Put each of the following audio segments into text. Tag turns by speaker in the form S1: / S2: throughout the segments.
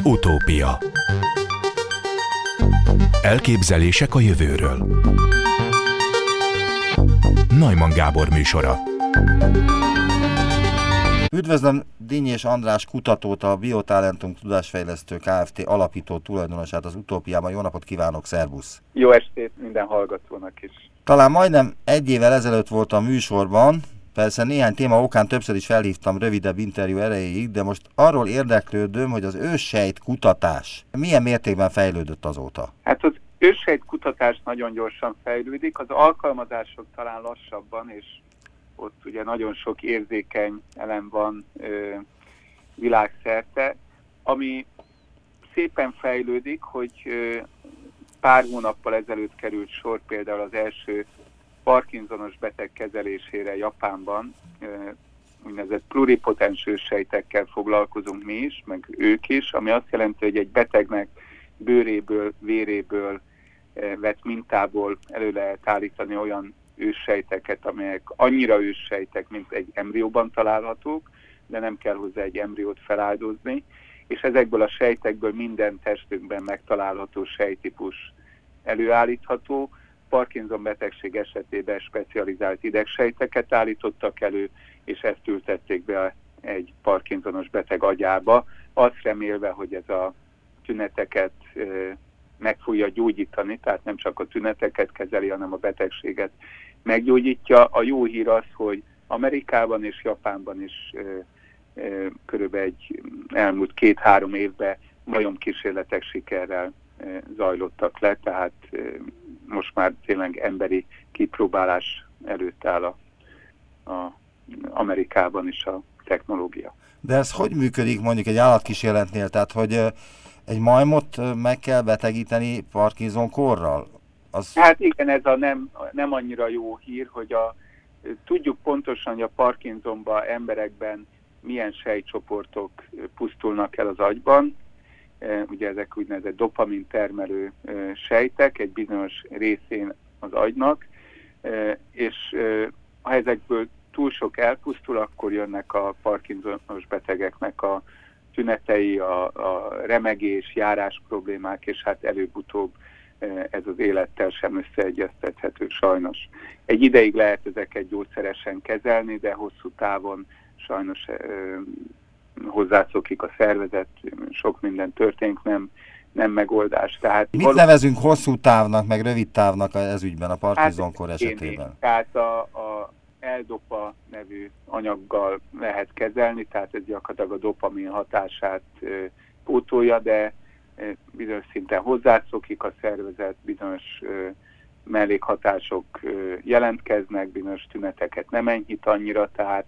S1: Utópia. Elképzelések a jövőről. Neumann Gábor műsora.
S2: Üdvözlöm Dinnyés András kutatót, a Biotalentum Tudásfejlesztő Kft. Alapító tulajdonosát az Utópiában. Jó napot kívánok, szervusz!
S3: Jó estét minden hallgatónak is!
S2: Talán majdnem egy évvel ezelőtt volt a műsorban, persze néhány téma okán többször is felhívtam rövidebb interjú erejéig, de most arról érdeklődöm, hogy az őssejt kutatás milyen mértékben fejlődött azóta?
S3: Hát az őssejt kutatás nagyon gyorsan fejlődik, az alkalmazások talán lassabban, és ott ugye nagyon sok érzékeny elem van világszerte, ami szépen fejlődik, hogy pár hónappal ezelőtt került sor például az első Parkinsonos beteg kezelésére Japánban, úgynevezett pluripotens őssejtekkel foglalkozunk mi is, meg ők is, ami azt jelenti, hogy egy betegnek bőréből, véréből vett mintából elő lehet állítani olyan őssejteket, amelyek annyira őssejtek, mint egy embrióban találhatók, de nem kell hozzá egy embriót feláldozni, és ezekből a sejtekből minden testünkben megtalálható sejttípus előállítható. Parkinson betegség esetében specializált idegsejteket állítottak elő, és ezt ültették be egy Parkinsonos beteg agyába, azt remélve, hogy ez a tüneteket meg fogja gyógyítani, tehát nem csak a tüneteket kezeli, hanem a betegséget meggyógyítja. A jó hír az, hogy Amerikában és Japánban is körülbelül egy elmúlt 2-3 évben majomkísérletek sikerrel zajlottak le, tehát most már tényleg emberi kipróbálás előtt áll a Amerikában is a technológia.
S2: De ez hogy működik mondjuk egy állatkísérletnél? Tehát, hogy egy majmot meg kell betegíteni Parkinson-korral?
S3: Hát igen, ez a nem annyira jó hír, hogy tudjuk pontosan, hogy a Parkinsonban emberekben milyen sejtcsoportok pusztulnak el az agyban. Ugye ezek úgynevezett dopamin termelő sejtek egy bizonyos részén az agynak, és ha ezekből túl sok elpusztul, akkor jönnek a Parkinsonos betegeknek a tünetei, a remegés, járás problémák, és hát előbb-utóbb ez az élettel sem összeegyeztethető sajnos. Egy ideig lehet ezeket gyógyszeresen kezelni, de hosszú távon sajnos hozzászokik a szervezet, sok minden történik, nem megoldás. Tehát
S2: mit nevezünk hosszú távnak, meg rövid távnak ez ügyben a Parkinson-kor esetében?
S3: Tehát a L-dopa nevű anyaggal lehet kezelni, tehát ez gyakorlatilag a dopamin hatását pótolja, de bizonyos szinten hozzászokik a szervezet, bizonyos mellékhatások jelentkeznek, bizonyos tüneteket nem enyhít annyira, tehát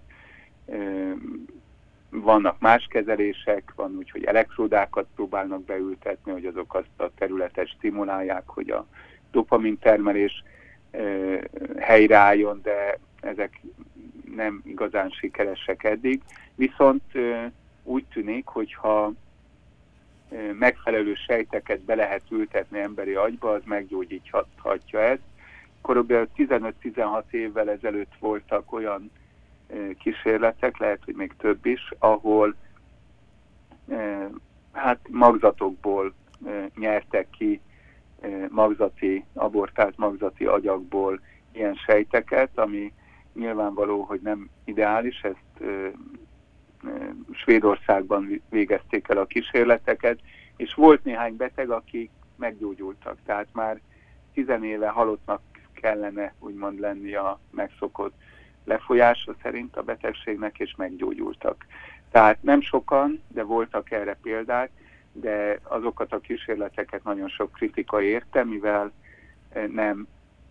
S3: vannak más kezelések, van úgy, hogy elektródákat próbálnak beültetni, hogy azok azt a területet stimulálják, hogy a dopamin termelés helyreálljon, de ezek nem igazán sikeresek eddig. Viszont úgy tűnik, hogyha megfelelő sejteket be lehet ültetni emberi agyba, az meggyógyíthatja ezt. Körülbelül 15-16 évvel ezelőtt voltak olyan kísérletek, lehet, hogy még több is, ahol magzatokból nyertek ki abortált magzati agyagból ilyen sejteket, ami nyilvánvaló, hogy nem ideális, ezt Svédországban végezték el a kísérleteket, és volt néhány beteg, akik meggyógyultak, tehát már 10 éve halottnak kellene úgymond lenni a megszokott lefolyása szerint a betegségnek, és meggyógyultak. Tehát nem sokan, de voltak erre példák, de azokat a kísérleteket nagyon sok kritika érte, mivel nem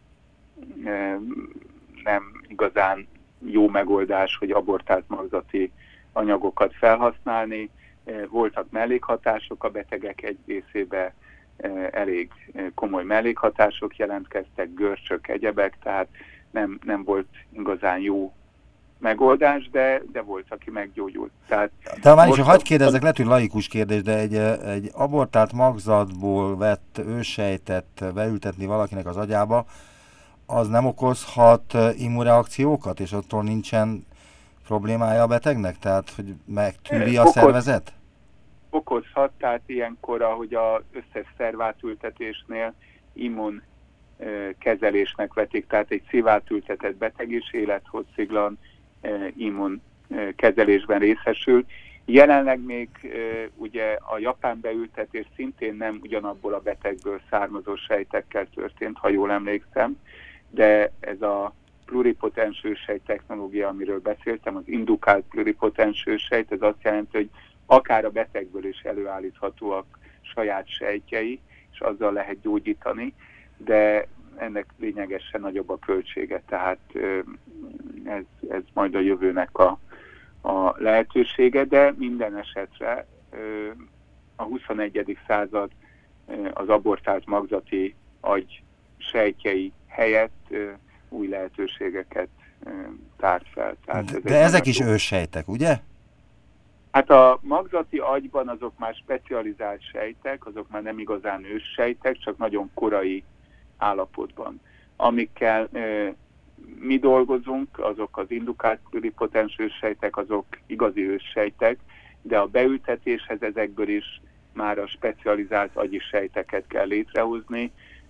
S3: igazán jó megoldás, hogy abortált magzati anyagokat felhasználni. Voltak mellékhatások, a betegek egy részében elég komoly mellékhatások jelentkeztek, görcsök, egyebek, tehát nem volt igazán jó megoldás, de volt, aki meggyógyult.
S2: De már is, hadd kérdezzek, lehet, hogy laikus kérdés, de egy abortált magzatból vett őssejtet beültetni valakinek az agyába, az nem okozhat immunreakciókat, és attól nincsen problémája a betegnek? Tehát, hogy megtűri a szervezet?
S3: okozhat, tehát ilyenkor, ahogy az összes szervátültetésnél immunkezelésnek vetik, tehát egy szívátültetett beteg is élethossziglan immunkezelésben részesül. Jelenleg még ugye a japán beültetés szintén nem ugyanabból a betegből származó sejtekkel történt, ha jól emlékszem, de ez a pluripotens őssejt technológia, amiről beszéltem, az indukált pluripotens őssejt, ez azt jelenti, hogy akár a betegből is előállíthatóak saját sejtjei, és azzal lehet gyógyítani, de ennek lényegesen nagyobb a költsége, tehát ez majd a jövőnek a lehetősége, de minden esetre a 21. század az abortált magzati agy sejtjei helyett új lehetőségeket tárt fel. Tehát
S2: de ezek is őssejtek, ugye?
S3: Hát a magzati agyban azok már specializált sejtek, azok már nem igazán őssejtek, csak nagyon korai állapotban. Amikkel mi dolgozunk, azok az indukált pluripotens őssejtek, azok igazi őssejtek, de a beültetéshez ezekből is már a specializált agyi sejteket kell létrehozni,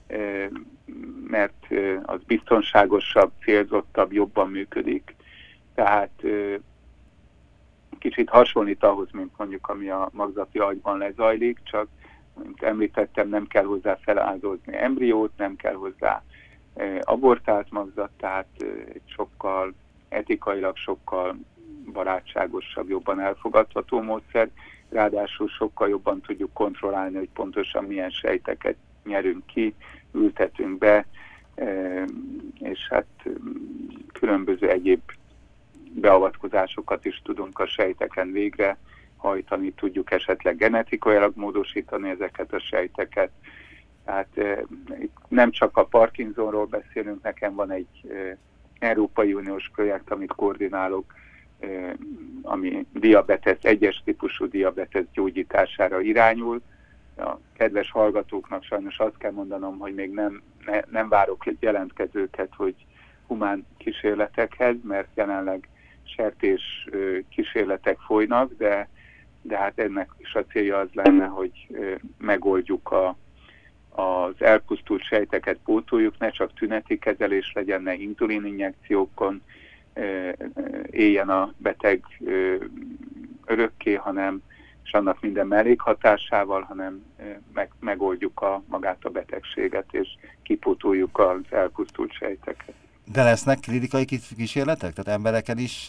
S3: mert az biztonságosabb, célzottabb, jobban működik. Tehát kicsit hasonlít ahhoz, mint mondjuk ami a magzati agyban lezajlik, csak, mint említettem, nem kell hozzá feláldozni embriót, nem kell hozzá abortált magzat, tehát egy sokkal etikailag sokkal barátságosabb, jobban elfogadható módszer, ráadásul sokkal jobban tudjuk kontrollálni, hogy pontosan milyen sejteket nyerünk ki, ültetünk be, és hát különböző egyéb beavatkozásokat is tudunk a sejteken végrehajtani, tudjuk esetleg genetikailag módosítani ezeket a sejteket. Tehát itt nem csak a Parkinsonról beszélünk, nekem van egy Európai Uniós projekt, amit koordinálok, ami diabetes, egyes típusú diabetes gyógyítására irányul. A kedves hallgatóknak sajnos azt kell mondanom, hogy még nem várok jelentkezőket, hogy humán kísérletekhez, mert jelenleg sertés kísérletek folynak, de hát ennek is a célja az lenne, hogy megoldjuk az elpusztult sejteket, pótoljuk, ne csak tüneti kezelés legyen, ne inzulininjekciókon éljen a beteg örökké, hanem és annak minden mellékhatásával, hanem megoldjuk magát a betegséget, és kipótoljuk az elpusztult sejteket.
S2: De lesznek klinikai kísérletek? Tehát embereken is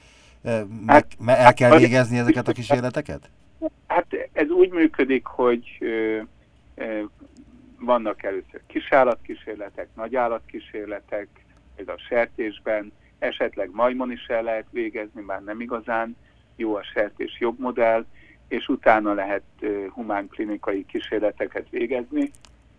S2: el kell végezni ezeket a kísérleteket?
S3: Hát ez úgy működik, hogy vannak először kisállatkísérletek, nagyállatkísérletek, ez a sertésben, esetleg majmon is el lehet végezni, bár nem igazán jó a sertés, jobb modell, és utána lehet humán klinikai kísérleteket végezni.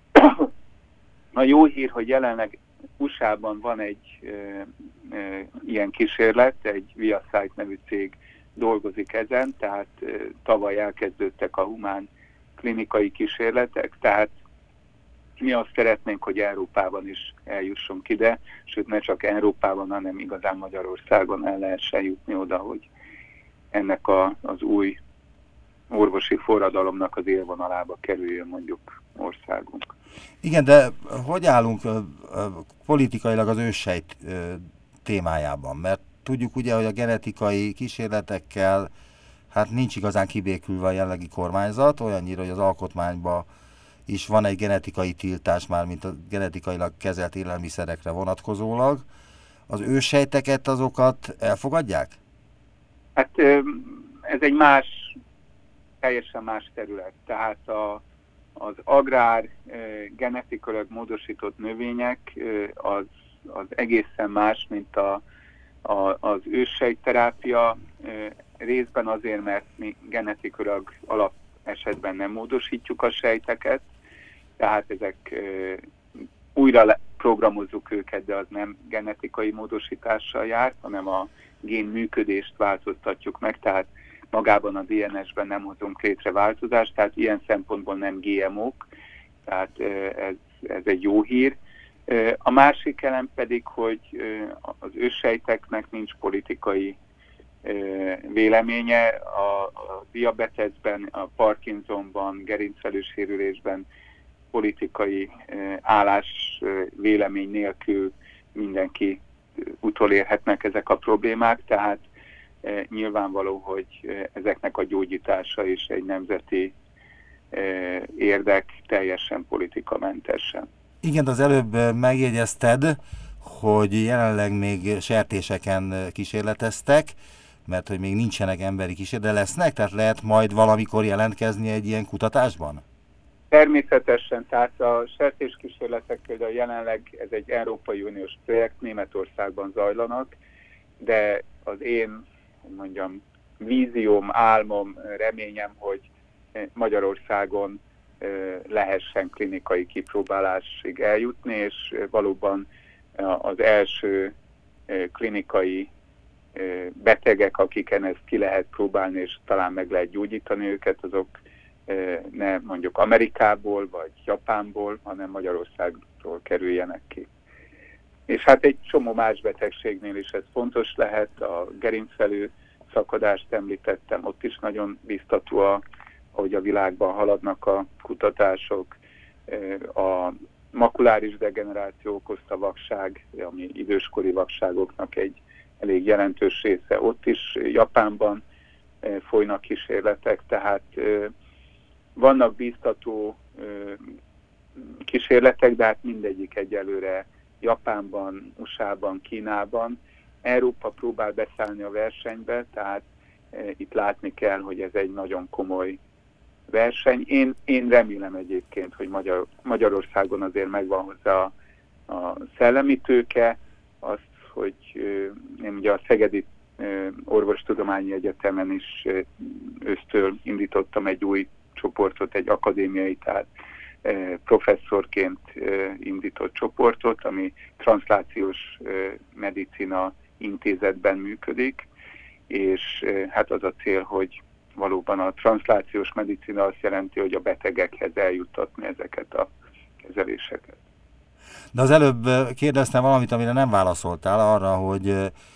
S3: A jó hír, hogy jelenleg USA-ban van egy ilyen kísérlet, egy ViaCyte nevű cég dolgozik ezen, tehát tavaly elkezdődtek a humán klinikai kísérletek, tehát mi azt szeretnénk, hogy Európában is eljussunk ide, sőt ne csak Európában, hanem igazán Magyarországon el lehessen jutni oda, hogy ennek az új orvosi forradalomnak az élvonalába kerüljön mondjuk országunk.
S2: Igen, de hogy állunk politikailag az őssejt témájában? Mert tudjuk ugye, hogy a genetikai kísérletekkel hát nincs igazán kibékülve a jelenlegi kormányzat, olyannyira, hogy az alkotmányban is van egy genetikai tiltás már, mint a genetikailag kezelt élelmiszerekre vonatkozólag. Az őssejteket, azokat elfogadják?
S3: Hát ez egy teljesen más terület. Tehát az agrár genetikailag módosított növények az egészen más, mint az őssejtterápia, részben azért, mert mi genetikailag alap esetben nem módosítjuk a sejteket, tehát ezek újra programozzuk őket, de az nem genetikai módosítással jár, hanem a gén működést változtatjuk meg, tehát magában a DNS-ben nem hozunk létre változást, tehát ilyen szempontból nem GMO-k, tehát ez egy jó hír. A másik elem pedig, hogy az őssejteknek nincs politikai véleménye. A diabetesben, a Parkinsonban, gerincvelősérülésben politikai állás vélemény nélkül mindenki utolérhetnek ezek a problémák, tehát nyilvánvaló, hogy ezeknek a gyógyítása is egy nemzeti érdek, teljesen politikamentesen.
S2: Igen, az előbb megjegyezted, hogy jelenleg még sertéseken kísérleteztek, mert hogy még nincsenek emberi kísérletek, de lesznek? Tehát lehet majd valamikor jelentkezni egy ilyen kutatásban?
S3: Természetesen, tehát a sertéskísérletek például jelenleg ez egy Európai Uniós projekt, Németországban zajlanak, de az én, vízióm, álmom, reményem, hogy Magyarországon lehessen klinikai kipróbálásig eljutni, és valóban az első klinikai betegek, akiken ezt ki lehet próbálni, és talán meg lehet gyógyítani őket, azok ne mondjuk Amerikából vagy Japánból, hanem Magyarországról kerüljenek ki. És hát egy csomó más betegségnél is ez fontos lehet, a gerincvelő szakadást említettem, ott is nagyon biztató, ahogy a világban haladnak a kutatások, a makuláris degeneráció okozta vakság, ami időskori vakságoknak egy elég jelentős része, ott is Japánban folynak kísérletek, tehát vannak biztató kísérletek, de hát mindegyik egyelőre Japánban, USA-ban, Kínában. Európa próbál beszállni a versenybe, tehát itt látni kell, hogy ez egy nagyon komoly verseny. Én remélem egyébként, hogy Magyarországon azért megvan hozzá a szellemi tőke, azt, hogy én ugye a Szegedi Orvostudományi Egyetemen is ősztől indítottam egy új csoportot, egy akadémiai, tehát professzorként indított csoportot, ami transzlációs medicina intézetben működik, és hát az a cél, hogy valóban a transzlációs medicina azt jelenti, hogy a betegekhez eljuttatni ezeket a kezeléseket.
S2: De az előbb kérdeztem valamit, amire nem válaszoltál, arra, hogy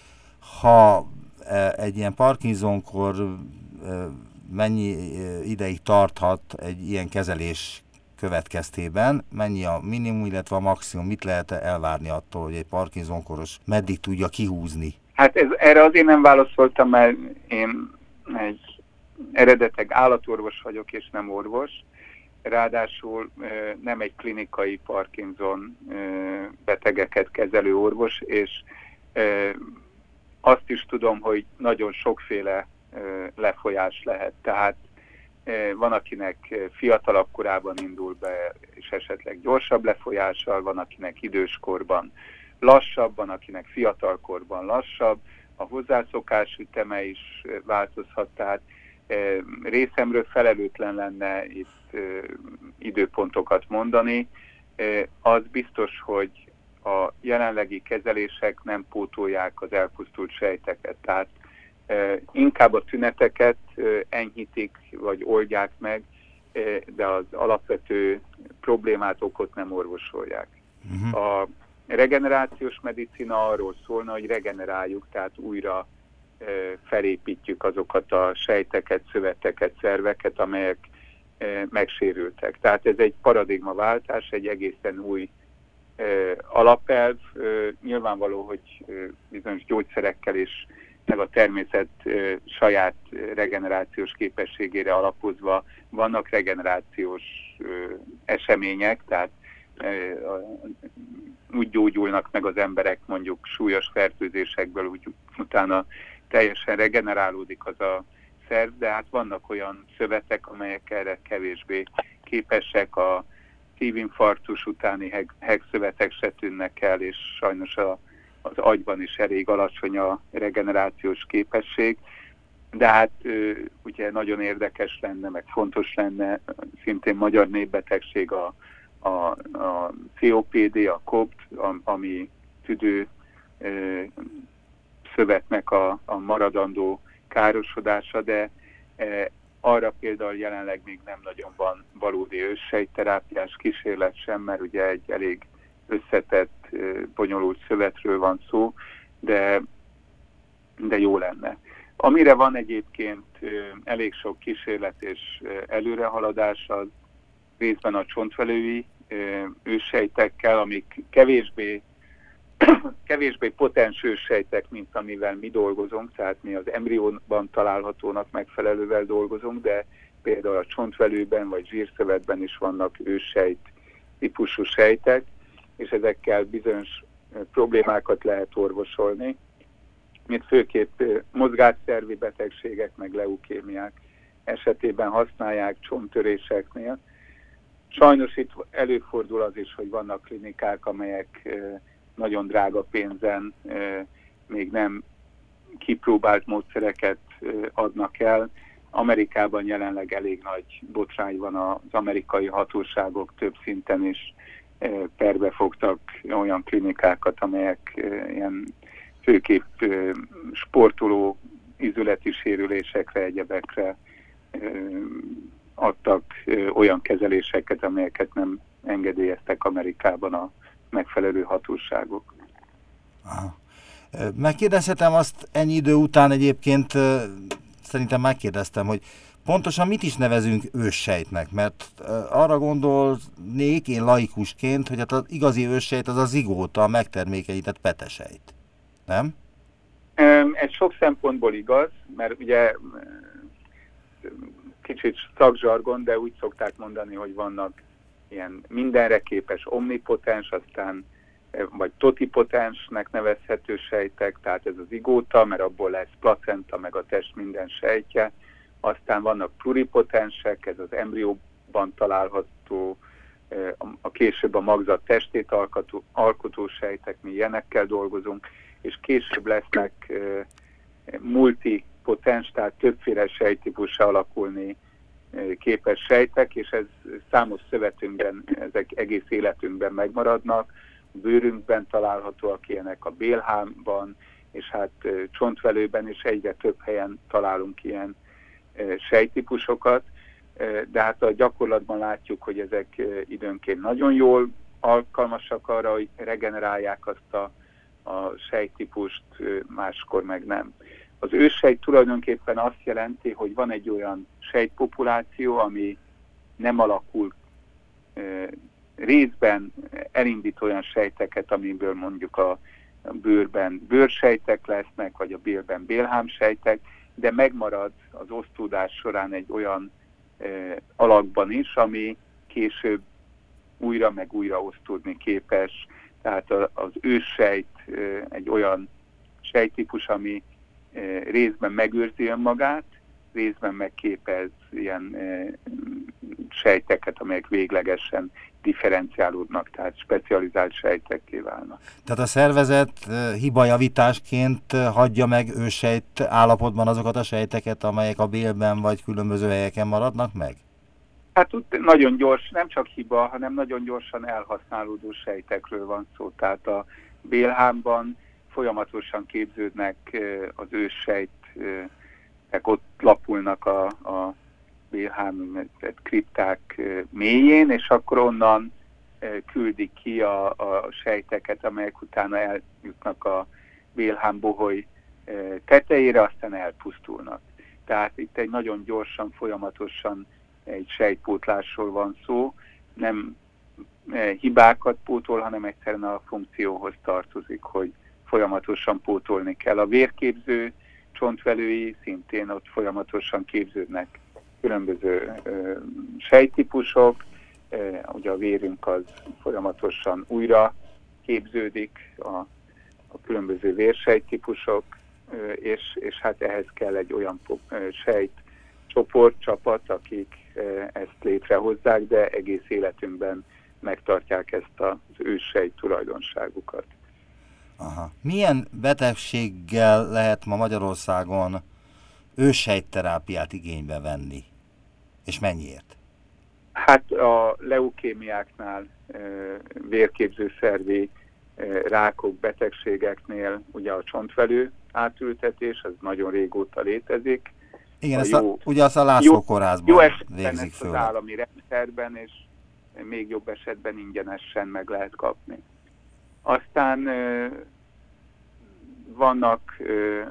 S2: ha egy ilyen Parkinson-kor mennyi ideig tarthat egy ilyen kezelés következtében, mennyi a minimum, illetve a maximum, mit lehet elvárni attól, hogy egy Parkinson-koros meddig tudja kihúzni?
S3: Hát erre azért nem válaszoltam, mert én egy eredetileg állatorvos vagyok, és nem orvos. Ráadásul nem egy klinikai Parkinson betegeket kezelő orvos, és azt is tudom, hogy nagyon sokféle lefolyás lehet. Tehát van, akinek fiatalabb korában indul be, és esetleg gyorsabb lefolyással, van, akinek időskorban lassabb, van, akinek fiatalkorban lassabb, a hozzászokás üteme is változhat, tehát részemről felelőtlen lenne itt időpontokat mondani. Az biztos, hogy a jelenlegi kezelések nem pótolják az elpusztult sejteket, tehát inkább a tüneteket enyhítik, vagy oldják meg, de az alapvető problémát, okot nem orvosolják. A regenerációs medicina arról szólna, hogy regeneráljuk, tehát újra felépítjük azokat a sejteket, szöveteket, szerveket, amelyek megsérültek. Tehát ez egy paradigmaváltás, egy egészen új alapelv. Nyilvánvaló, hogy bizonyos gyógyszerekkel és meg a természet saját regenerációs képességére alapozva vannak regenerációs események, tehát úgy gyógyulnak meg az emberek mondjuk súlyos fertőzésekből, úgy utána teljesen regenerálódik az a szerv, de hát vannak olyan szövetek, amelyek erre kevésbé képesek, a szívinfarktus utáni hegszövetek se tűnnek el, és sajnos az agyban is elég alacsony a regenerációs képesség, de hát ugye nagyon érdekes lenne, meg fontos lenne, szintén magyar népbetegség a COPD, a COPD, ami tüdő szövetnek a maradandó károsodása, de arra például jelenleg még nem nagyon van valódi őssejtterápiás kísérlet sem, mert ugye egy elég összetett, bonyolult szövetről van szó, de jó lenne. Amire van egyébként elég sok kísérlet és előrehaladás, az részben a csontvelői őssejtekkel, amik kevésbé potens őssejtek, mint amivel mi dolgozunk, tehát mi az embrióban találhatónak megfelelővel dolgozunk, de például a csontvelőben vagy zsírszövetben is vannak őssejt típusú sejtek, és ezekkel bizonyos problémákat lehet orvosolni, mint főképp mozgásszervi betegségek, meg leukémiák esetében használják csonttöréseknél. Sajnos itt előfordul az is, hogy vannak klinikák, amelyek nagyon drága pénzen még nem kipróbált módszereket adnak el. Amerikában jelenleg elég nagy botrány van, az amerikai hatóságok több szinten is perbe fogtak olyan klinikákat, amelyek ilyen főképp sportoló izületi sérülésekre, egyebekre adtak olyan kezeléseket, amelyeket nem engedélyeztek Amerikában a megfelelő hatóságok.
S2: Aha. Megkérdezhetem azt ennyi idő után egyébként, szerintem megkérdeztem, hogy pontosan mit is nevezünk őssejtnek, mert arra gondolnék én laikusként, hogy hát az igazi őssejt az a zigóta, a megtermékenyített petesejt. Nem?
S3: Ez sok szempontból igaz, mert ugye kicsit szakzsargon, de úgy szokták mondani, hogy vannak ilyen mindenre képes omnipotens, aztán vagy totipotensnek nevezhető sejtek, tehát ez az zigóta, mert abból lesz placenta, meg a test minden sejtje. Aztán vannak pluripotensek, ez az embrióban található, a később a magzat testét alkotó sejtek, mi ilyenekkel dolgozunk, és később lesznek multipotens, tehát többféle sejttípussá alakulni képes sejtek, és ez számos szövetünkben, ezek egész életünkben megmaradnak, a bőrünkben találhatóak ilyenek, a bélhámban, és hát csontvelőben is egyre több helyen találunk ilyen sejttípusokat, de hát a gyakorlatban látjuk, hogy ezek időnként nagyon jól alkalmasak arra, hogy regenerálják azt a sejttípust, máskor meg nem. Az őssejt tulajdonképpen azt jelenti, hogy van egy olyan sejtpopuláció, ami nem alakul, részben elindít olyan sejteket, amiből mondjuk a bőrben bőrsejtek lesznek, vagy a bélben bélhámsejtek, de megmarad az osztódás során egy olyan alakban is, ami később újra meg újra osztódni képes. Tehát az őssejt egy olyan sejttípus, ami részben megőrzi önmagát, részben megképez ilyen sejteket, amelyek véglegesen differenciálódnak, tehát specializált sejtekké válnak.
S2: Tehát a szervezet hibajavításként hagyja meg őssejt állapotban azokat a sejteket, amelyek a bélben vagy különböző helyeken maradnak meg?
S3: Hát nagyon gyors, nem csak hiba, hanem nagyon gyorsan elhasználódó sejtekről van szó. Tehát a bélhámban folyamatosan képződnek az őssejtek, ott lapulnak a bélhám kripták mélyén, és akkor onnan küldik ki a sejteket, amelyek utána eljutnak a bélhám boholy tetejére, aztán elpusztulnak. Tehát itt egy nagyon gyorsan, folyamatosan egy sejtpótlásról van szó, nem hibákat pótol, hanem egyszerűen a funkcióhoz tartozik, hogy folyamatosan pótolni kell. A vérképző csontvelői szintén ott folyamatosan képződnek különböző sejttípusok, ugye a vérünk az folyamatosan újra képződik, a különböző vérsejttípusok, és hát ehhez kell egy olyan sejtcsoport, csapat, akik ezt létrehozzák, de egész életünkben megtartják ezt az őssejt tulajdonságukat.
S2: Aha. Milyen betegséggel lehet ma Magyarországon őssejtterápiát igénybe venni? És mennyiért?
S3: Hát a leukémiáknál, vérképzőszervi rákok, betegségeknél ugye a csontvelő átültetés, az nagyon régóta létezik.
S2: Igen, ugye azt a László kórházban végzik föl.
S3: Az állami rendszerben, és még jobb esetben ingyenesen meg lehet kapni. Aztán vannak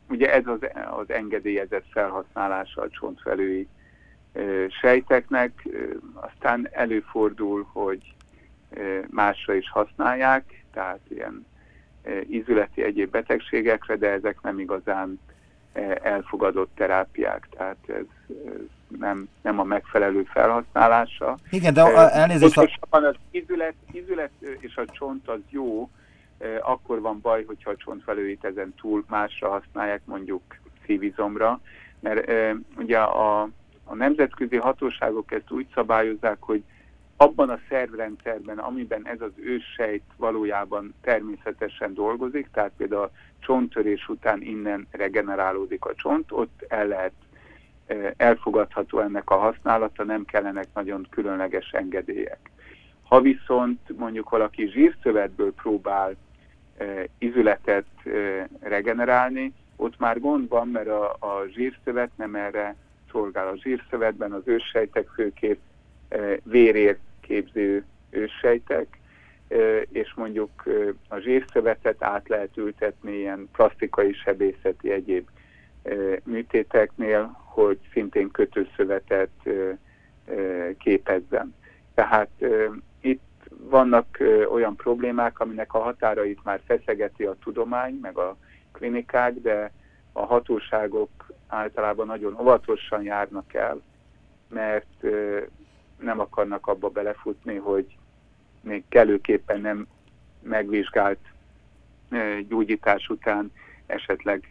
S3: ugye ez az engedélyezett felhasználása a csontvelői sejteknek, aztán előfordul, hogy másra is használják, tehát ilyen ízületi egyéb betegségekre, de ezek nem igazán elfogadott terápiák, tehát ez nem a megfelelő felhasználása.
S2: Igen, de elnézést...
S3: Az ízület és a csont az jó, akkor van baj, hogyha a csontvelőit ezen túl másra használják, mondjuk szívizomra, mert ugye a nemzetközi hatóságok ezt úgy szabályozzák, hogy abban a szervrendszerben, amiben ez az őssejt valójában természetesen dolgozik, tehát például a csonttörés után innen regenerálódik a csont, ott elfogadható ennek a használata, nem kellenek nagyon különleges engedélyek. Ha viszont mondjuk valaki zsírszövetből próbál ízületet regenerálni, ott már gond van, mert a zsírszövet nem erre szolgál. A zsírszövetben az őssejtek főképp vérért képző őssejtek, és mondjuk a zsírszövetet át lehet ültetni ilyen plastikai, sebészeti egyéb műtéteknél, hogy szintén kötőszövetet képezzen. Tehát itt vannak olyan problémák, aminek a határait már feszegeti a tudomány, meg a klinikák, de a hatóságok általában nagyon óvatosan járnak el, mert nem akarnak abba belefutni, hogy még kellőképpen nem megvizsgált gyógyítás után esetleg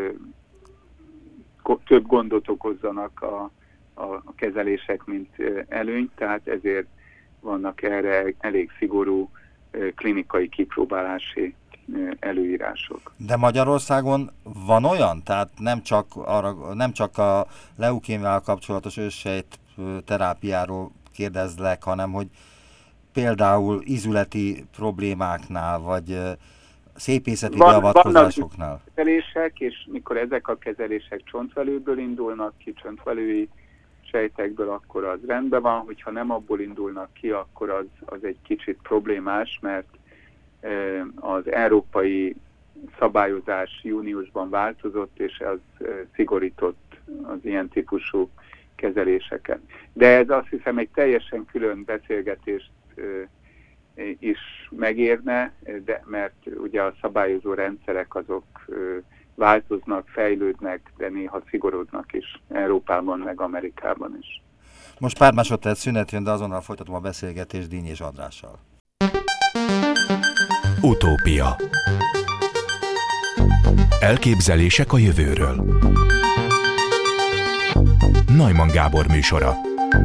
S3: több gondot okozzanak a kezelések, mint előnyt, tehát ezért vannak erre elég szigorú klinikai kipróbálási előírások.
S2: De Magyarországon van olyan? Tehát nem csak a leukémiával kapcsolatos őssejt terápiáról kérdezlek, hanem hogy például ízületi problémáknál, vagy szépészeti beavatkozásoknál.
S3: Vannak kezelések, és mikor ezek a kezelések csontvelőből indulnak ki, csontvelői sejtekből, akkor az rendben van, hogyha nem abból indulnak ki, akkor az egy kicsit problémás, mert az európai szabályozás júniusban változott, és az szigorított az ilyen típusú kezeléseket. De ez azt hiszem egy teljesen külön beszélgetést is megérne, mert ugye a szabályozó rendszerek azok változnak, fejlődnek, de néha szigorodnak is Európában, meg Amerikában is.
S2: Most pár másodperc szünet jön, de azonnal folytatom a beszélgetést Dínyés Andrással.
S1: Utópia. Elképzelések a jövőről. Neumann Gábor műsora.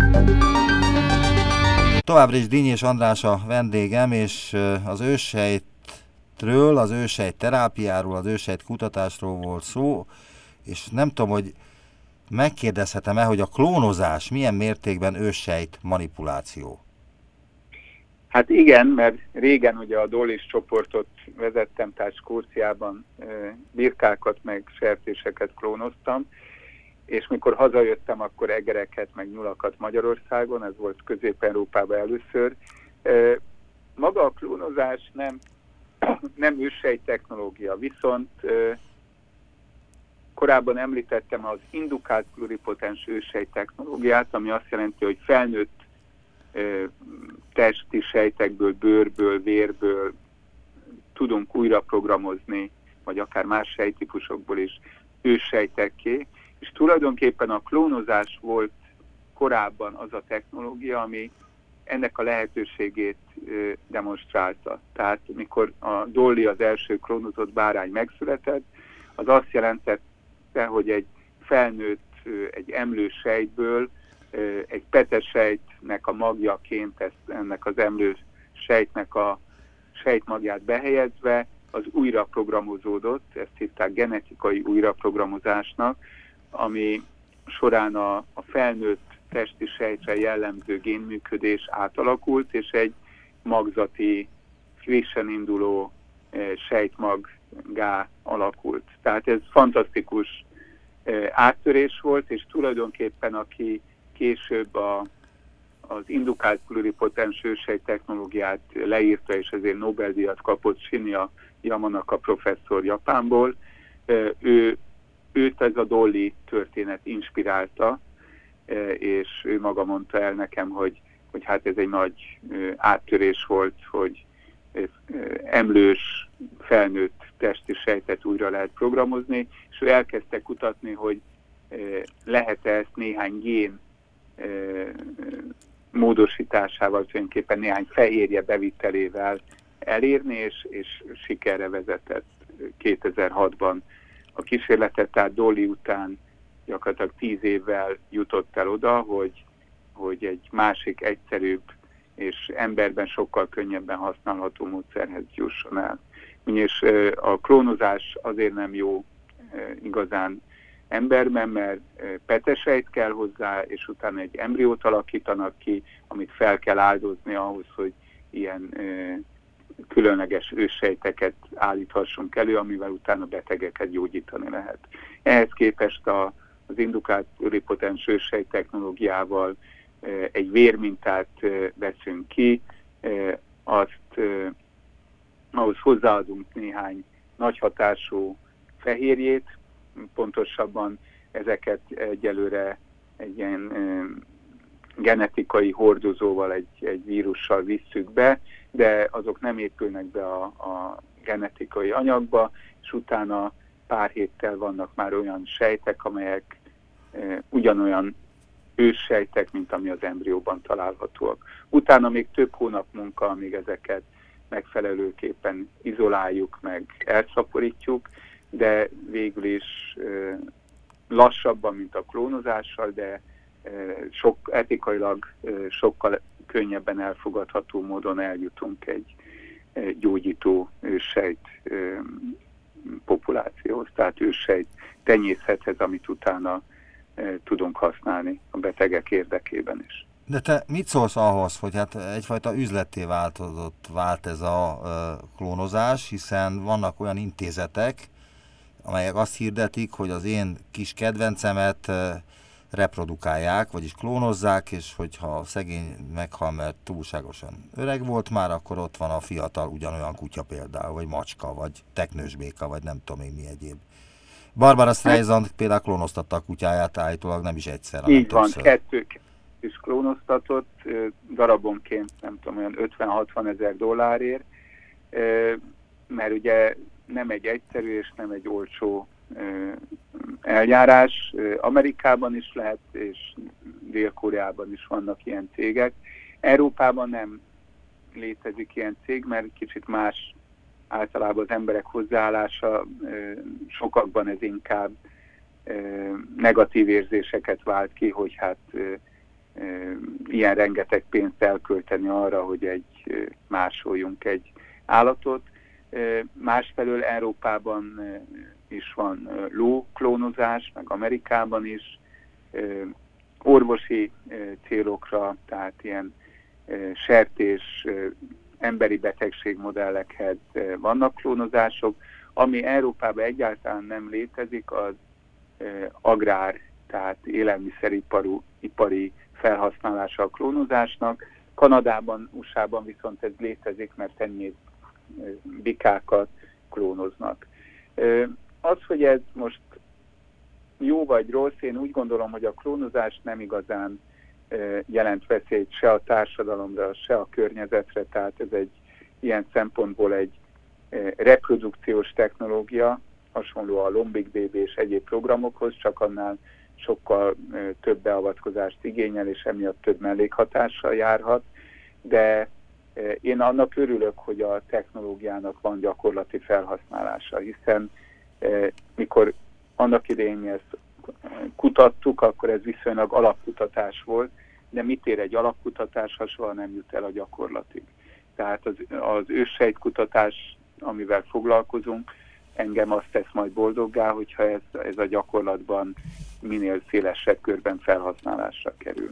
S2: Továbbra is Dínyés András a vendégem, és az őssejtről, az őssejt terápiáról, az őssejt kutatásról volt szó, és nem tudom, hogy megkérdezhetem-e, hogy a klónozás milyen mértékben őssejt manipuláció?
S3: Hát igen, mert régen ugye a Dollis csoportot vezettem, tehát Skóciában birkákat meg sertéseket klónoztam, és mikor hazajöttem, akkor egereket meg nyulakat Magyarországon, ez volt Közép-Európában először. Maga a klónozás nem őssejt technológia, viszont korábban említettem az indukált pluripotens őssejt technológiát, ami azt jelenti, hogy felnőtt testi sejtekből, bőrből, vérből tudunk újra programozni, vagy akár más sejttípusokból is őssejtekké, és tulajdonképpen a klónozás volt korábban az a technológia, ami ennek a lehetőségét demonstrálta. Tehát mikor a Dolly, az első klónozott bárány megszületett, az azt jelentette, hogy egy felnőtt, egy emlő sejtből egy petesejtnek a magjaként ennek az emlő sejtnek a sejtmagját behelyezve, az újraprogramozódott, ezt hívták genetikai újraprogramozásnak, ami során a felnőtt testi sejtre jellemző génműködés átalakult, és egy magzati, frissen induló sejtmaggá alakult. Tehát ez fantasztikus áttörés volt, és tulajdonképpen aki később az indukált pluripotens őssejt technológiát leírta, és ezért Nobel-díjat kapott Shinya Yamanaka professzor Japánból, ő őt ez a Dolly történet inspirálta, és ő maga mondta el nekem, hogy hát ez egy nagy áttörés volt, hogy emlős, felnőtt testi sejtet újra lehet programozni, és ő elkezdte kutatni, hogy lehet-e ezt néhány gén módosításával, tulajdonképpen néhány fehérje bevitelével elérni, és sikerre vezetett 2006-ban a kísérletet, tehát Dolly után gyakorlatilag 10 évvel jutott el oda, hogy egy másik egyszerűbb és emberben sokkal könnyebben használható módszerhez jusson el. És a klónozás azért nem jó igazán emberben, mert petesejt kell hozzá, és utána egy embriót alakítanak ki, amit fel kell áldozni ahhoz, hogy ilyen különleges őssejteket állíthassunk elő, amivel utána betegeket gyógyítani lehet. Ehhez képest az indukált pluripotens őssejt technológiával egy vérmintát veszünk ki, ahhoz hozzáadunk néhány nagy hatású fehérjét, pontosabban ezeket egyelőre egy ilyen genetikai hordozóval, egy vírussal visszük be, de azok nem épülnek be a genetikai anyagba, és utána pár héttel vannak már olyan sejtek, amelyek ugyanolyan őssejtek, mint ami az embrióban találhatóak. Utána még több hónap munka, amíg ezeket megfelelőképpen izoláljuk, meg elszaporítjuk, de végül is lassabban, mint a klónozással, de etikailag sokkal könnyebben elfogadható módon eljutunk egy gyógyító őssejt populációhoz, tehát őssejt tenyészethez, amit utána tudunk használni a betegek érdekében is.
S2: De te mit szólsz ahhoz, hogy hát egyfajta üzletté vált ez a klónozás, hiszen vannak olyan intézetek, amelyek azt hirdetik, hogy az én kis kedvencemet reprodukálják, vagyis klónozzák, és hogyha a szegény meghal, mert túlságosan öreg volt már, akkor ott van a fiatal ugyanolyan kutya például, vagy macska, vagy teknősbéka, vagy nem tudom én mi egyéb. Barbara Streisand például klónoztatta a kutyáját állítólag nem is egyszer, hanem
S3: így van,
S2: többször.
S3: 2 is klónoztatott, darabonként nem tudom, olyan 50-60 ezer dollárért, mert ugye nem egy egyszerű és nem egy olcsó eljárás. Amerikában is lehet, és Dél-Koreában is vannak ilyen cégek. Európában nem létezik ilyen cég, mert kicsit más általában az emberek hozzáállása, sokakban ez inkább negatív érzéseket vált ki, hogy hát ilyen rengeteg pénzt elkölteni arra, hogy másoljunk egy állatot. Másfelől Európában is van lóklónozás, meg Amerikában is, orvosi célokra, tehát ilyen sertés, emberi betegségmodellekhez vannak klónozások. Ami Európában egyáltalán nem létezik, az agrár, tehát élelmiszeripari felhasználása a klónozásnak. Kanadában, USA-ban viszont ez létezik, mert tenyész bikákat klónoznak. Az, hogy ez most jó vagy rossz, én úgy gondolom, hogy a klónozás nem igazán jelent veszélyt se a társadalomra, se a környezetre, tehát ez ilyen szempontból egy reprodukciós technológia, hasonló a lombik-BB és egyéb programokhoz, csak annál sokkal több beavatkozást igényel, és emiatt több mellékhatással járhat, de én annak örülök, hogy a technológiának van gyakorlati felhasználása, hiszen mikor annak idején ezt kutattuk, akkor ez viszonylag alapkutatás volt, de mit ér egy alapkutatás, ha soha nem jut el a gyakorlatig. Tehát az őssejtkutatás, amivel foglalkozunk, engem azt tesz majd boldoggá, hogyha ez a gyakorlatban minél szélesebb körben felhasználásra kerül.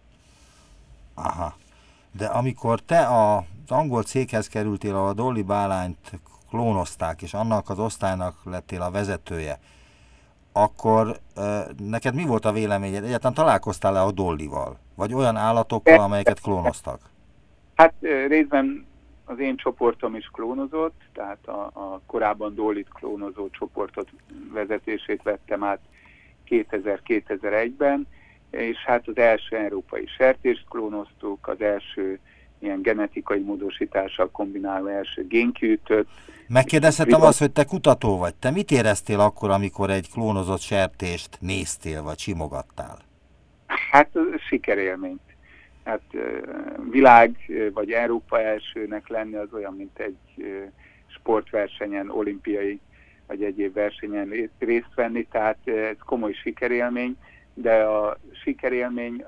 S2: Aha. De amikor te az angol céghez kerültél, ahol a Dolly bálányt klónozták, és annak az osztálynak lettél a vezetője, akkor neked mi volt a véleményed? Egyáltalán találkoztál-e a Dollyval? Vagy olyan állatokkal, amelyeket klónoztak?
S3: Hát részben az én csoportom is klónozott, tehát a korábban Dollyt klónozó csoportot vezetését vettem át 2000-2001-ben, és hát az első európai sertést klónoztuk, az első ilyen genetikai módosítással kombináló első génkiütőt.
S2: Megkérdezhetem azt, hogy te kutató vagy. Te mit éreztél akkor, amikor egy klónozott sertést néztél, vagy simogattál?
S3: Hát sikerélményt. Hát világ vagy Európa elsőnek lenni az olyan, mint egy sportversenyen, olimpiai vagy egyéb versenyen részt venni, tehát ez komoly sikerélmény, de a sikerélmény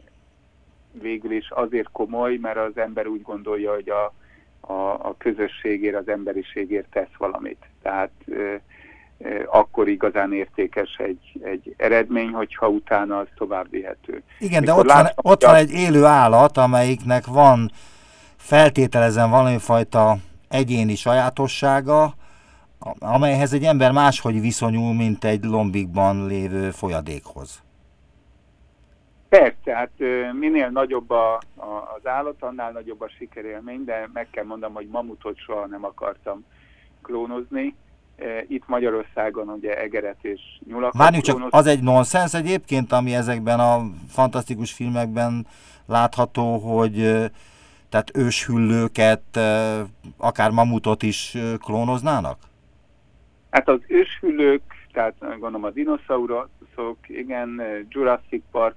S3: végül is azért komoly, mert az ember úgy gondolja, hogy a közösségért, az emberiségért tesz valamit. Tehát akkor igazán értékes egy eredmény, hogyha utána az tovább vihető.
S2: Igen, de ott van egy élő állat, amelyiknek van, feltételezem valamifajta egyéni sajátossága, amelyhez egy ember máshogy viszonyul, mint egy lombikban lévő folyadékhoz.
S3: Persze, hát minél nagyobb az állat, annál nagyobb a sikerélmény, de meg kell mondanom, hogy mamutot soha nem akartam klónozni. Itt Magyarországon ugye egeret és nyulakat
S2: Várjunk csak, az egy nonsens egyébként, ami ezekben a fantasztikus filmekben látható, hogy tehát őshüllőket, akár mamutot is klónoznának?
S3: Hát az őshüllők, tehát gondolom a dinoszauruszok, igen, Jurassic Park,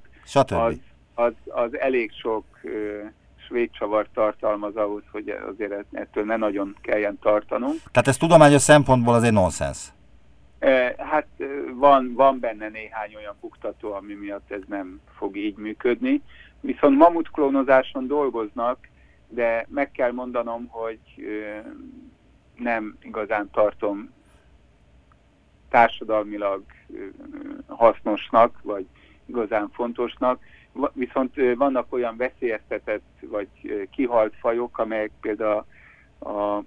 S3: az elég sok svédcsavart tartalmaz ahhoz, hogy azért ettől ne nagyon kelljen tartanunk.
S2: Tehát ez tudományos szempontból az egy nonsens?
S3: Hát van benne néhány olyan buktató, ami miatt ez nem fog így működni. Viszont mamutklónozáson dolgoznak, de meg kell mondanom, hogy nem igazán tartom társadalmilag hasznosnak, vagy igazán fontosnak. Viszont vannak olyan veszélyeztetett vagy kihalt fajok, amelyek például a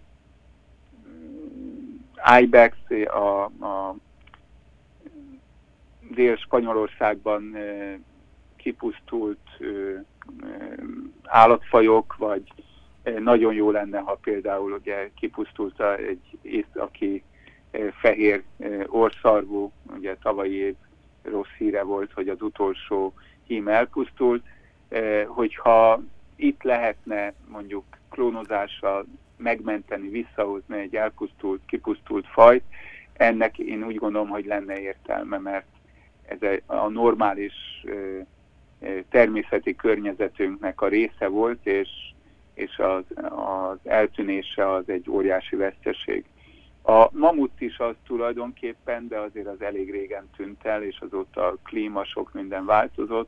S3: ibex, a Dél-Spanyolországban kipusztult állatfajok, vagy nagyon jó lenne, ha például ugye kipusztult egy északi fehér orrszarvú, ugye tavalyi év rossz híre volt, hogy az utolsó hím elpusztult, hogyha itt lehetne mondjuk klónozással megmenteni, visszahozni egy elpusztult, kipusztult fajt, ennek én úgy gondolom, hogy lenne értelme, mert ez a normális természeti környezetünknek a része volt, és az eltűnése az egy óriási veszteség. A mamut is az tulajdonképpen, de azért az elég régen tűnt el, és azóta a klíma, sok minden változott,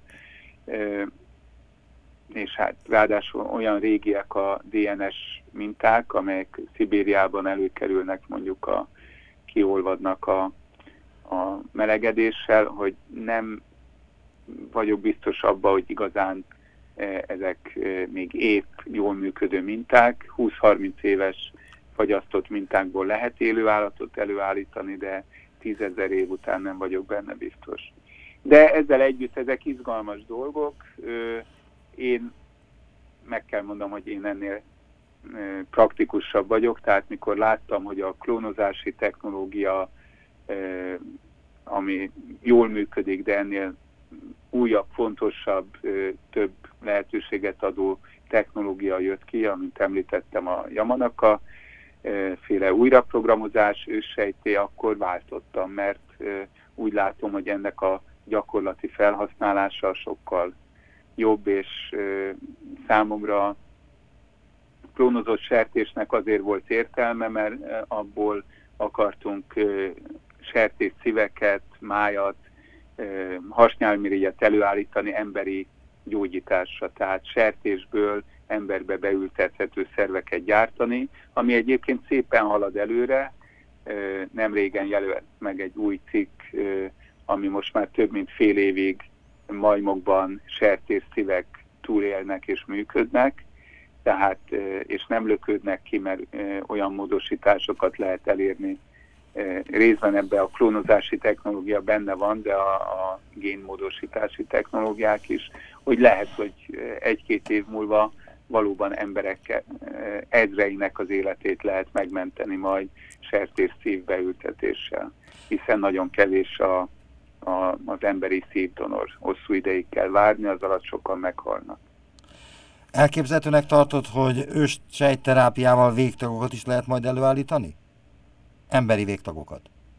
S3: és hát ráadásul olyan régiek a DNS minták, amelyek Szibériában előkerülnek, mondjuk kiolvadnak a melegedéssel, hogy nem vagyok biztos abban, hogy igazán ezek még épp jól működő minták. 20-30 éves fagyasztott mintákból lehet élő állatot előállítani, de 10 000 év után nem vagyok benne biztos. De ezzel együtt ezek izgalmas dolgok. Én meg kell mondanom, hogy én ennél praktikusabb vagyok, tehát mikor láttam, hogy a klónozási technológia, ami jól működik, de ennél újabb, fontosabb, több lehetőséget adó technológia jött ki, amit említettem, a Yamanaka féle újraprogramozás, őssejté, akkor váltottam, mert úgy látom, hogy ennek a gyakorlati felhasználása sokkal jobb, és számomra klónozott sertésnek azért volt értelme, mert abból akartunk sertés szíveket, májat, hasnyálmirigyet előállítani emberi gyógyításra, tehát sertésből emberbe beültethető szerveket gyártani, ami egyébként szépen halad előre. Nem régen jelölt meg egy új cikk, ami most már több mint fél évig majmokban sertésszívek túlélnek és működnek, tehát, és nem löködnek ki, mert olyan módosításokat lehet elérni. Részben ebben a klónozási technológia benne van, de a génmódosítási technológiák is, hogy lehet, hogy 1-2 év múlva valóban emberek ezreinek az életét lehet megmenteni majd sertés szívbeültetéssel, hiszen nagyon kevés az emberi szívdonor. Hosszú ideig kell várni, az alatt sokan meghalnak.
S2: Elképzelhetőnek tartod, hogy őssejtterápiával végtagokat is lehet majd előállítani? Emberi végtagokat?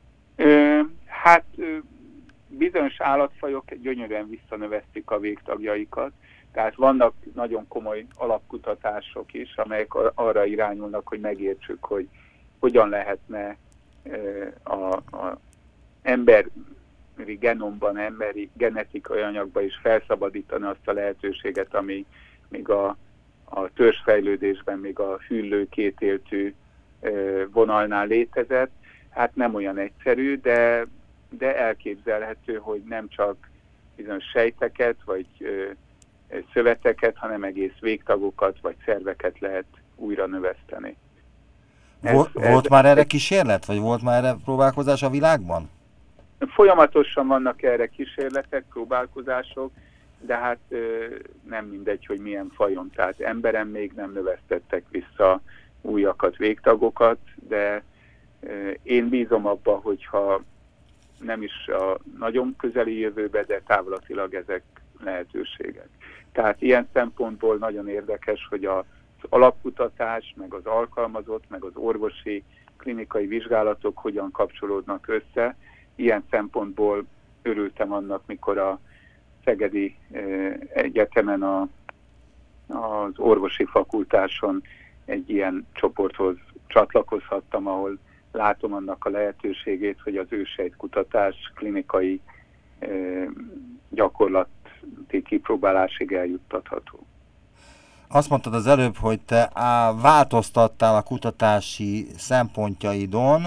S3: Bizonyos állatfajok gyönyörűen visszanövesztik a végtagjaikat, tehát vannak nagyon komoly alapkutatások is, amelyek arra irányulnak, hogy megértsük, hogy hogyan lehetne az emberi genomban, emberi genetikai anyagban is felszabadítani azt a lehetőséget, ami még a törzsfejlődésben, még a hüllő kétéltű vonalnál létezett. Hát nem olyan egyszerű, de elképzelhető, hogy nem csak bizonyos sejteket, vagy szöveteket, hanem egész végtagokat, vagy szerveket lehet újra növeszteni.
S2: Volt már erre kísérlet, vagy volt már erre próbálkozás a világban?
S3: Folyamatosan vannak erre kísérletek, próbálkozások, de hát nem mindegy, hogy milyen fajon. Tehát emberen még nem növesztettek vissza újakat, végtagokat, de én bízom abba, hogyha nem is a nagyon közeli jövőbe, de távlatilag ezek lehetőségek. Tehát ilyen szempontból nagyon érdekes, hogy az alapkutatás, meg az alkalmazott, meg az orvosi klinikai vizsgálatok hogyan kapcsolódnak össze. Ilyen szempontból örültem annak, mikor a Szegedi Egyetemen az orvosi fakultáson egy ilyen csoporthoz csatlakozhattam, ahol látom annak a lehetőségét, hogy az őssejtkutatás klinikai gyakorlati kipróbálásig eljuttatható.
S2: Azt mondtad az előbb, hogy te változtattál a kutatási szempontjaidon,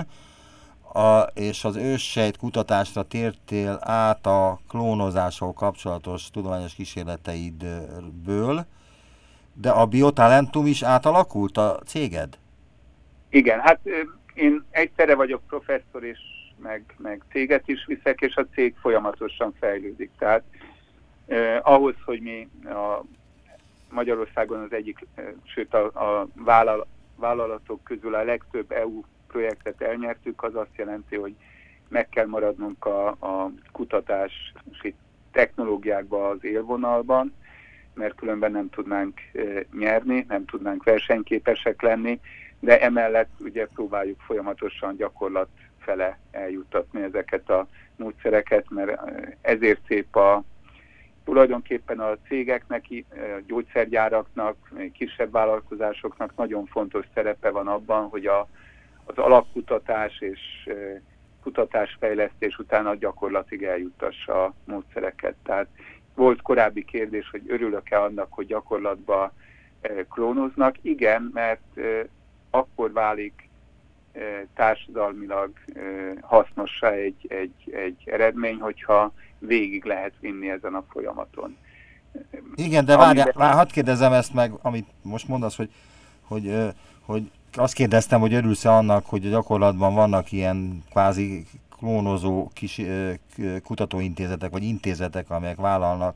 S2: és az őssejt kutatásra tértél át a klónozással kapcsolatos tudományos kísérleteidből, de a Biotalentum is átalakult a céged?
S3: Igen, hát én egyszerre vagyok professzor, és meg céget is viszek, és a cég folyamatosan fejlődik. Tehát ahhoz, hogy mi Magyarországon az egyik, sőt a vállalatok közül a legtöbb EU projektet elnyertük, az azt jelenti, hogy meg kell maradnunk a kutatási technológiákban az élvonalban, mert különben nem tudnánk nyerni, nem tudnánk versenyképesek lenni, de emellett ugye próbáljuk folyamatosan gyakorlat fele eljuttatni ezeket a módszereket, mert ezért szép tulajdonképpen a cégeknek, a gyógyszergyáraknak, kisebb vállalkozásoknak nagyon fontos szerepe van abban, hogy az alapkutatás és kutatásfejlesztés után a gyakorlatig eljuttassa a módszereket. Tehát volt korábbi kérdés, hogy örülök-e annak, hogy gyakorlatban klónoznak. Igen, mert akkor válik társadalmilag hasznossá egy eredmény, hogyha végig lehet vinni ezen a folyamaton.
S2: Igen, de várjál, hadd kérdezem ezt meg, amit most mondasz, hogy azt kérdeztem, hogy örülsz-e annak, hogy a gyakorlatban vannak ilyen kvázi klónozó kis kutatóintézetek, vagy intézetek, amelyek vállalnak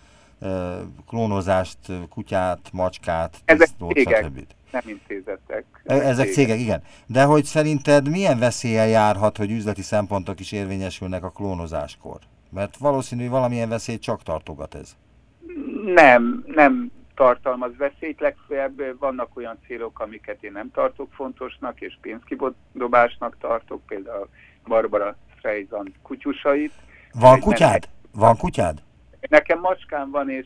S2: klónozást, kutyát, macskát, tisztót, stb.
S3: Nem intézetek.
S2: Ezek cégek, igen. De hogy szerinted milyen veszéllyel járhat, hogy üzleti szempontok is érvényesülnek a klónozáskor? Mert valószínű, hogy valamilyen veszélyt csak tartogat ez.
S3: Nem tartalmaz veszélyt, legfeljebb vannak olyan célok, amiket én nem tartok fontosnak, és pénzkidobásnak tartok, például Barbara Streisand kutyusait.
S2: Van kutyád? Van kutyád?
S3: Nekem macskám van, és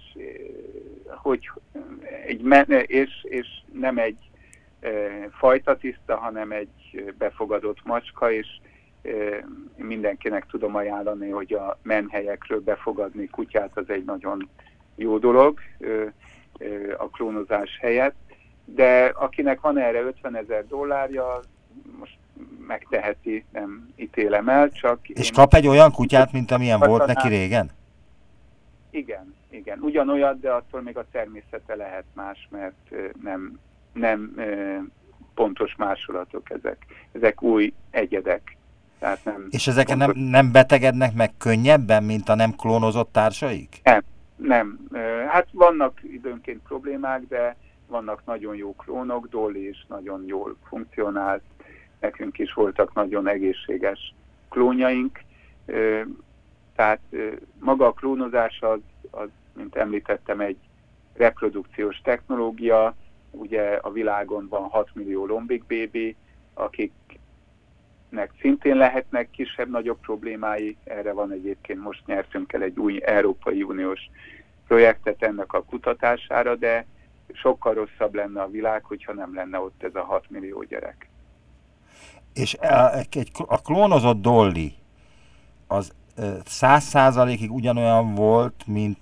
S3: nem egy fajta tiszta, hanem egy befogadott macska, és mindenkinek tudom ajánlani, hogy a menhelyekről befogadni kutyát az egy nagyon jó dolog a klónozás helyett, de akinek van erre $50,000, most megteheti, nem ítélem el, csak...
S2: És kap egy olyan kutyát, mint amilyen volt neki régen?
S3: Igen. Ugyanolyat, de attól még a természete lehet más, mert nem pontos másolatok ezek. Ezek új egyedek. Tehát
S2: és ezek nem betegednek meg könnyebben, mint a nem klónozott társaik?
S3: Nem. Hát vannak időnként problémák, de vannak nagyon jó klónok, Dolly is nagyon jól funkcionált, nekünk is voltak nagyon egészséges klónjaink, tehát maga a klónozás az, mint említettem, egy reprodukciós technológia. Ugye a világon van 6 millió lombikbébi, akiknek szintén lehetnek kisebb-nagyobb problémái. Erre van egyébként, most nyertünk el egy új Európai Uniós projektet ennek a kutatására, de sokkal rosszabb lenne a világ, hogyha nem lenne ott ez a 6 millió gyerek.
S2: És a klónozott Dolly az 100%-ig ugyanolyan volt, mint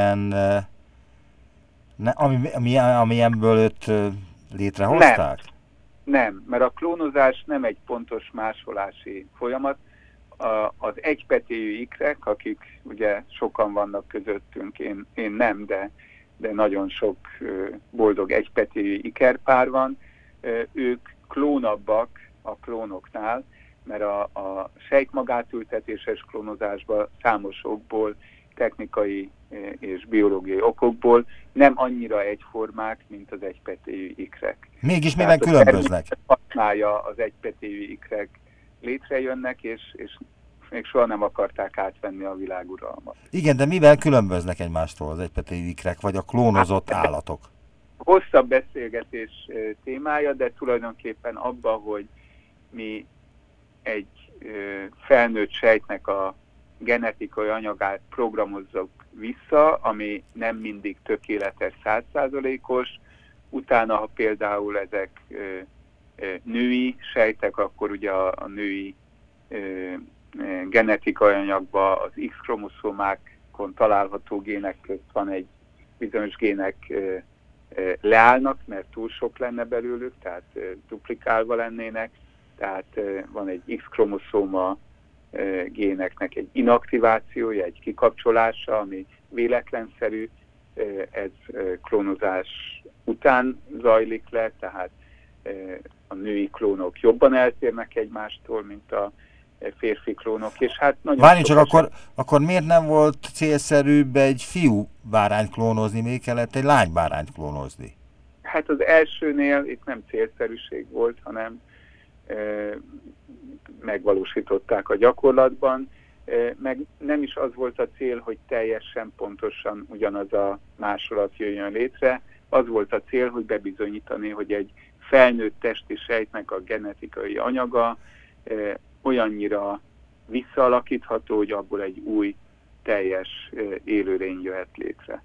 S2: amilyenből őt létrehozták?
S3: Nem, mert a klónozás nem egy pontos másolási folyamat. Az egypetéjű ikrek, akik ugye sokan vannak közöttünk, én nem, de nagyon sok boldog egypetéjű ikerpár van, ők klónabbak a klónoknál, mert a sejtmagátültetéses klónozásban számos okból, technikai és biológiai okokból nem annyira egyformák, mint az egypetéjű ikrek.
S2: Mégis miben különböznek?
S3: Használja az egypetéjű ikrek létrejönnek, és még soha nem akarták átvenni a világuralmat.
S2: Igen, de miben különböznek egymástól az egypetéjű ikrek, vagy a klónozott állatok?
S3: Hosszabb beszélgetés témája, de tulajdonképpen abba, hogy mi egy felnőtt sejtnek a genetikai anyagát programozzuk vissza, ami nem mindig tökéletes 100%-os. Utána, ha például ezek női sejtek, akkor ugye a női genetikai anyagban az X-kromoszómákon található gének közt van egy bizonyos gének leállnak, mert túl sok lenne belőlük, tehát duplikálva lennének, tehát van egy X-kromoszóma géneknek egy inaktivációja, egy kikapcsolása, ami véletlenszerű, ez klónozás után zajlik le, tehát a női klónok jobban eltérnek egymástól, mint a férfi klónok, és hát nagyon...
S2: Várjunk csak, akkor miért nem volt célszerűbb egy fiú bárányt klónozni, még kellett egy lány bárányt klónozni?
S3: Hát az elsőnél itt nem célszerűség volt, hanem megvalósították a gyakorlatban, meg nem is az volt a cél, hogy teljesen pontosan ugyanaz a másolat jöjjön létre, az volt a cél, hogy bebizonyítani, hogy egy felnőtt testi sejtnek a genetikai anyaga olyannyira visszaalakítható, hogy abból egy új, teljes élőlény jöhet létre.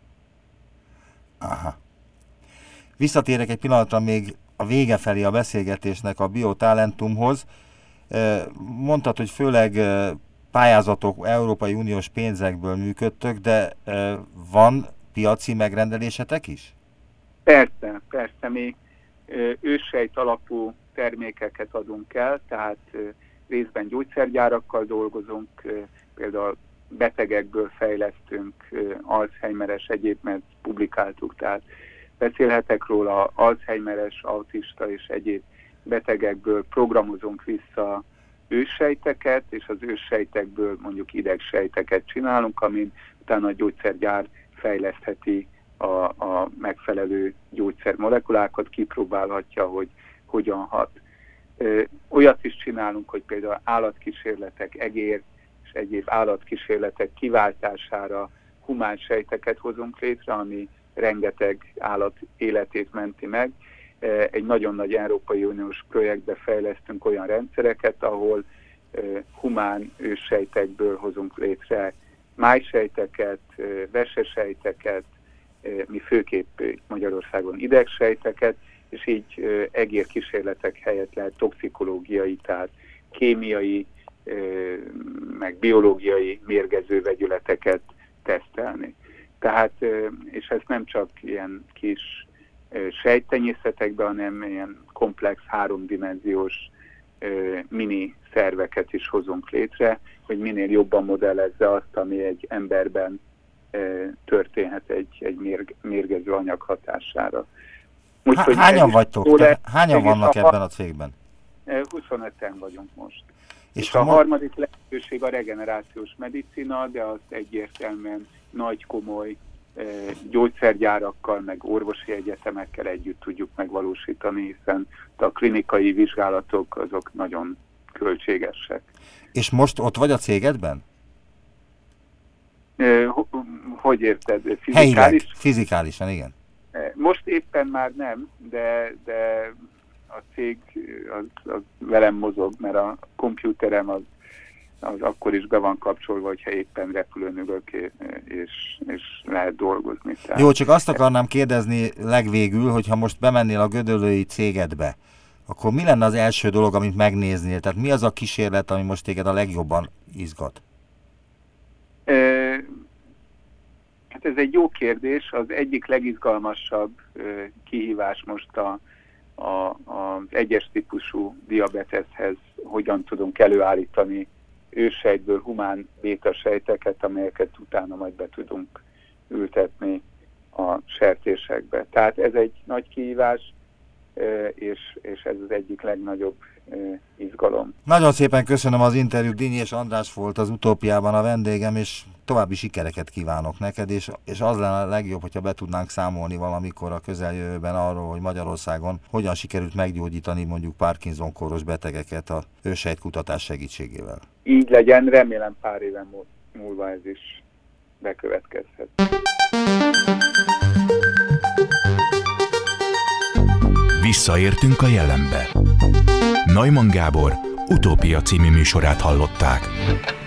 S2: Aha. Visszatérek egy pillanatra még a vége felé a beszélgetésnek a Biotalentumhoz. Mondtad, hogy főleg pályázatok, Európai Uniós pénzekből működtök, de van piaci megrendelésetek is?
S3: Persze, mi őssejt alapú termékeket adunk el, tehát részben gyógyszergyárakkal dolgozunk, például betegekből fejlesztünk Alzheimeres, egyéb, mert publikáltuk, tehát beszélhetek róla, Alzheimeres, autista és egyéb betegekből programozunk vissza őssejteket, és az őssejtekből mondjuk idegsejteket csinálunk, amin utána a gyógyszergyár fejlesztheti a megfelelő gyógyszermolekulákat, kipróbálhatja, hogy hogyan hat. Olyat is csinálunk, hogy például állatkísérletek, egér és egyéb állatkísérletek kiváltására humán sejteket hozunk létre, ami rengeteg állat életét menti meg. Egy nagyon nagy Európai Uniós projektbe fejlesztünk olyan rendszereket, ahol humán őssejtekből hozunk létre májsejteket, vesesejteket, mi főképp Magyarországon idegsejteket, és így egérkísérletek helyett lehet toxikológiai, tehát kémiai, meg biológiai mérgező vegyületeket tesztelni. Tehát, és ezt nem csak ilyen kis sejttenyészetekben, hanem ilyen komplex, háromdimenziós mini szerveket is hozunk létre, hogy minél jobban modellezze azt, ami egy emberben történhet egy mérgező anyag hatására.
S2: Úgyhogy hányan vagytok? Hányan vannak ebben a cégben?
S3: 25-en vagyunk most. És a harmadik lehetőség a regenerációs medicina, de az egyértelműen nagy, komoly gyógyszergyárakkal, meg orvosi egyetemekkel együtt tudjuk megvalósítani, hiszen a klinikai vizsgálatok azok nagyon költségesek.
S2: És most ott vagy a cégedben?
S3: Hogy érted?
S2: Helyileg, fizikálisan, igen.
S3: Most éppen már nem, de a cég az velem mozog, mert a kompjúterem az akkor is be van kapcsolva, hogyha éppen repülőn ülök, és lehet dolgozni. Tehát...
S2: Jó, csak azt akarnám kérdezni legvégül, hogyha most bemennél a gödöllői cégedbe, akkor mi lenne az első dolog, amit megnéznél? Tehát mi az a kísérlet, ami most téged a legjobban izgat?
S3: Hát ez egy jó kérdés. Az egyik legizgalmasabb kihívás most az egyes típusú diabeteshez hogyan tudunk előállítani őssejtből humán bétasejteket, amelyeket utána majd be tudunk ültetni a sertésekbe. Tehát ez egy nagy kihívás, és ez az egyik legnagyobb izgalom.
S2: Nagyon szépen köszönöm az interjút, Dinnyés András volt az Utópiában a vendégem, és további sikereket kívánok neked, és az lenne a legjobb, hogyha be tudnánk számolni valamikor a közeljövőben arról, hogy Magyarországon hogyan sikerült meggyógyítani mondjuk Parkinson-kóros betegeket a őssejtkutatás segítségével.
S3: Így legyen, remélem pár éven múlva ez is bekövetkezhet.
S1: Visszaértünk a jelenbe. Neumann Gábor Utópia című műsorát hallották.